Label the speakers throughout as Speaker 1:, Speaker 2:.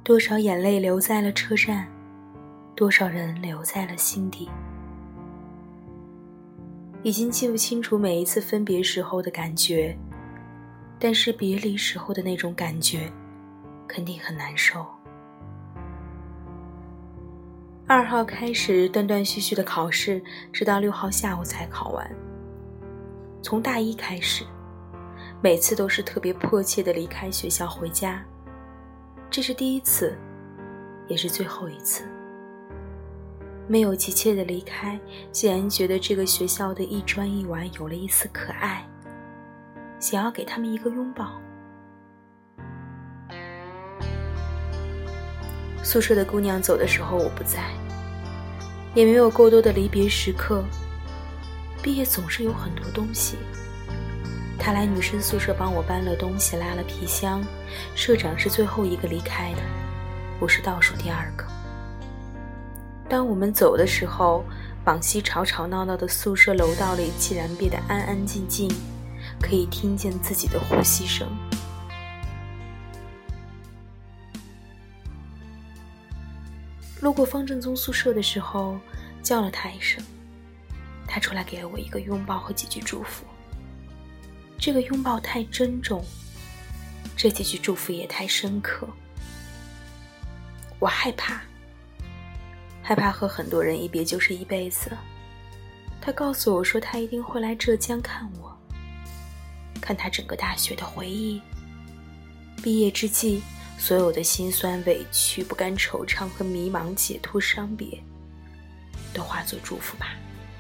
Speaker 1: 多少眼泪留在了车站，多少人留在了心底。已经记不清楚每一次分别时候的感觉，但是别离时候的那种感觉肯定很难受。2号开始断断续续的考试，直到6号下午才考完。从大一开始，每次都是特别迫切地离开学校回家，这是第一次，也是最后一次。没有急切地离开，竟然觉得这个学校的一砖一瓦有了一丝可爱，想要给他们一个拥抱。宿舍的姑娘走的时候我不在，也没有过多的离别时刻。毕业总是有很多东西，她来女生宿舍帮我搬了东西，拉了皮箱。社长是最后一个离开的，我是倒数第2个。当我们走的时候，往西吵吵闹闹的宿舍楼道里竟然变得安安静静，可以听见自己的呼吸声。路过方正宗宿舍的时候，叫了他一声，他出来给了我一个拥抱和几句祝福。这个拥抱太珍重，这几句祝福也太深刻。我害怕和很多人一别就是一辈子。他告诉我说他一定会来浙江看我，看他整个大学的回忆。毕业之际，所有的辛酸委屈、不甘惆怅和迷茫、解脱伤别，都化作祝福吧。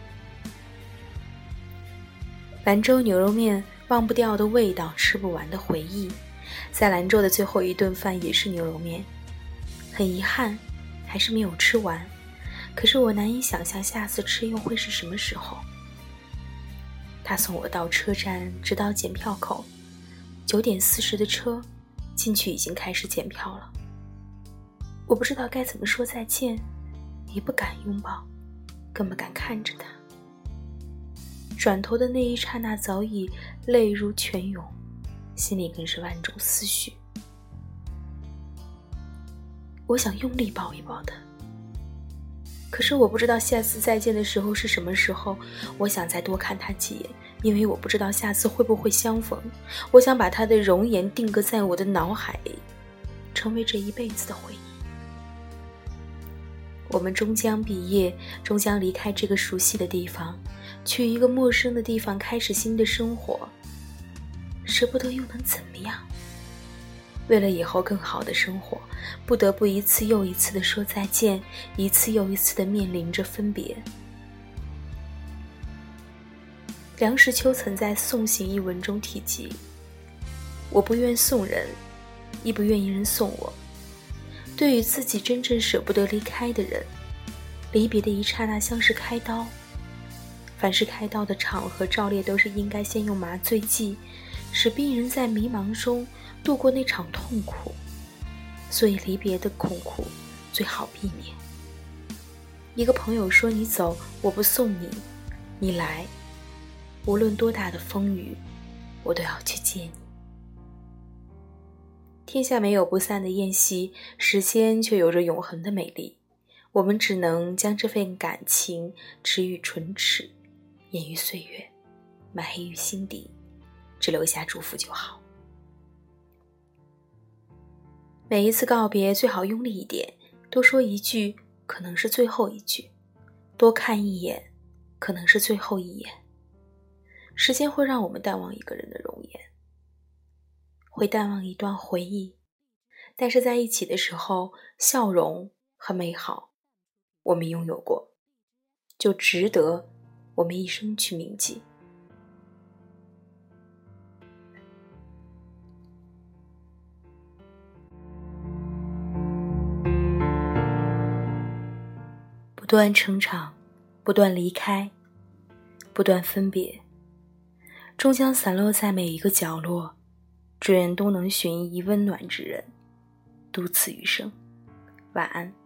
Speaker 1: 兰州牛肉面，忘不掉的味道，吃不完的回忆。在兰州的最后一顿饭也是牛肉面，很遗憾还是没有吃完，可是我难以想象下次吃又会是什么时候。他送我到车站，直到检票口，9点40的车进去已经开始检票了。我不知道该怎么说再见，也不敢拥抱，更不敢看着他。转头的那一刹那早已泪如泉涌，心里更是万种思绪。我想用力抱一抱他，可是我不知道下次再见的时候是什么时候。我想再多看他几眼，因为我不知道下次会不会相逢。我想把他的容颜定格在我的脑海里，成为这一辈子的回忆。我们终将毕业，终将离开这个熟悉的地方，去一个陌生的地方开始新的生活。舍不得又能怎么样？为了以后更好的生活，不得不一次又一次地说再见，一次又一次地面临着分别。梁实秋曾在《送行》一文中提及，我不愿送人，亦不愿一人送我。对于自己真正舍不得离开的人，离别的一刹那像是开刀。凡是开刀的场合照例都是应该先用麻醉剂，使病人在迷茫中度过那场痛苦，所以离别的痛苦最好避免。一个朋友说，你走我不送你，你来无论多大的风雨，我都要去接你。天下没有不散的宴席，时间却有着永恒的美丽。我们只能将这份感情植于唇齿，掩于岁月，埋黑于心底，只留下祝福就好。每一次告别最好用力一点，多说一句可能是最后一句，多看一眼可能是最后一眼。时间会让我们淡忘一个人的容颜，会淡忘一段回忆，但是在一起的时候，笑容和美好我们拥有过，就值得我们一生去铭记。不断成长，不断离开，不断分别，终将散落在每一个角落，只愿都能寻一温暖之人，独此余生。晚安。